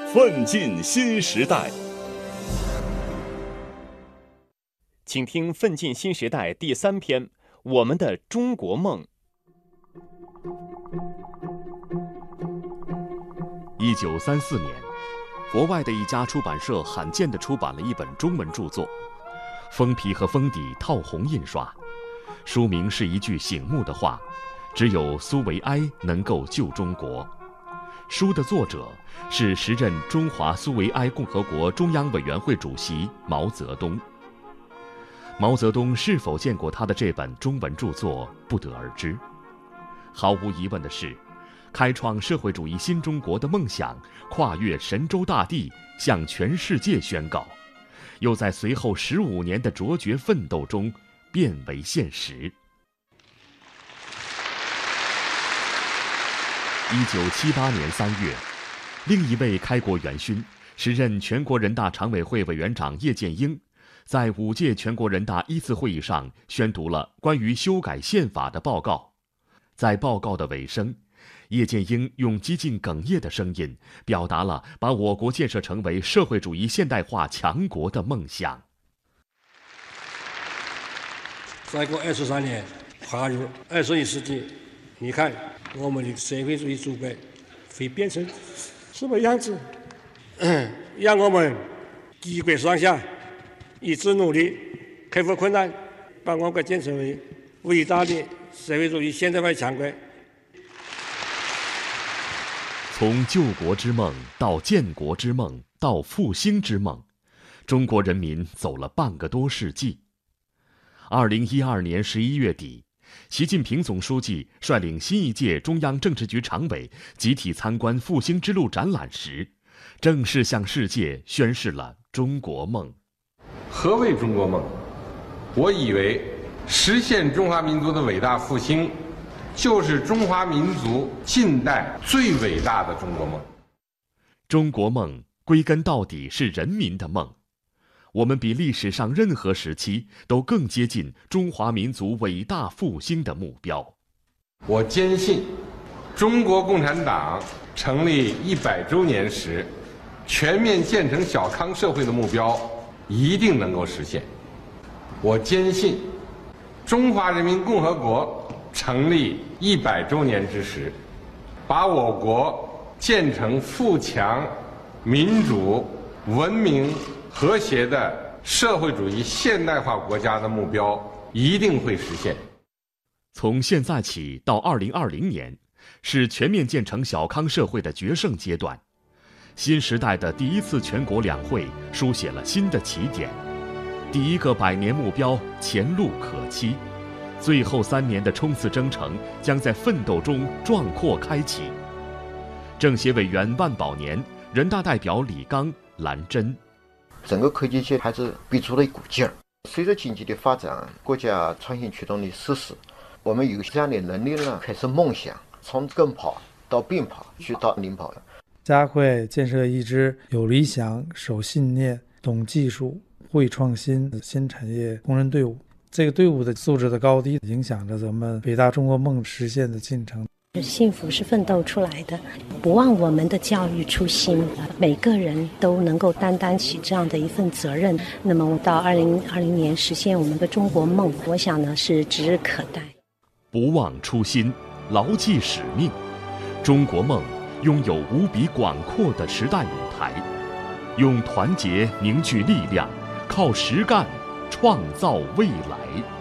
奋进新时代， 请听《奋进新时代》第3篇：我们的中国梦。 1934年，国外的一家出版社罕见地出版了一本中文著作，封皮和封底套红印刷，书名是一句醒目的话：只有苏维埃能够救中国。书的作者是时任中华苏维埃共和国中央委员会主席毛泽东。毛泽东是否见过他的这本中文著作，不得而知。毫无疑问的是，开创社会主义新中国的梦想跨越神州大地，向全世界宣告，又在随后15年的卓绝奋斗中变为现实。1978年3月，另一位开国元勋，时任全国人大常委会委员长叶剑英，在5届全国人大1次会议上宣读了关于修改宪法的报告。在报告的尾声，叶剑英用几近哽咽的声音，表达了把我国建设成为社会主义现代化强国的梦想。 再过23年，踏入21世纪，你看我们的社会主义祖国会变成什么样子？让我们举国上下一致努力，克服困难，把我国建成为伟大的社会主义现代化强国。 从救国之梦到建国之梦到复兴之梦，中国人民走了半个多世纪。2012年11月底，习近平总书记率领新一届中央政治局常委集体参观复兴之路展览时，正式向世界宣示了中国梦。 何谓中国梦？我以为实现中华民族的伟大复兴，就是中华民族近代最伟大的中国梦。 中国梦归根到底是人民的梦，我们比历史上任何时期都更接近中华民族伟大复兴的目标。 我坚信，中国共产党成立100周年时，全面建成小康社会的目标一定能够实现。我坚信，中华人民共和国成立100周年之时，把我国建成富强、民主、文明、和谐的社会主义现代化国家的目标一定会实现。 从现在起到2020年，是全面建成小康社会的决胜阶段。新时代的第1次全国两会书写了新的起点，第1个100年目标前路可期，最后3年的冲刺征程将在奋斗中壮阔开启。政协委员万宝年、人大代表李刚、兰珍。 整个科技界还是逼出了一股劲儿。随着经济的发展，国家创新驱动的实施，我们有这样的能力呢，开始梦想，从跟跑到并跑，去到领跑。 加快建设一支有理想、守信念、懂技术、会创新的新产业工人队伍。这个队伍的素质的高低，影响着咱们伟大中国梦实现的进程。 幸福是奋斗出来的，不忘我们的教育初心，每个人都能够担当起这样的一份责任。那么到2020年实现我们的中国梦，我想呢是指日可待。 不忘初心，牢记使命，中国梦拥有无比广阔的时代舞台，用团结凝聚力量，靠实干创造未来。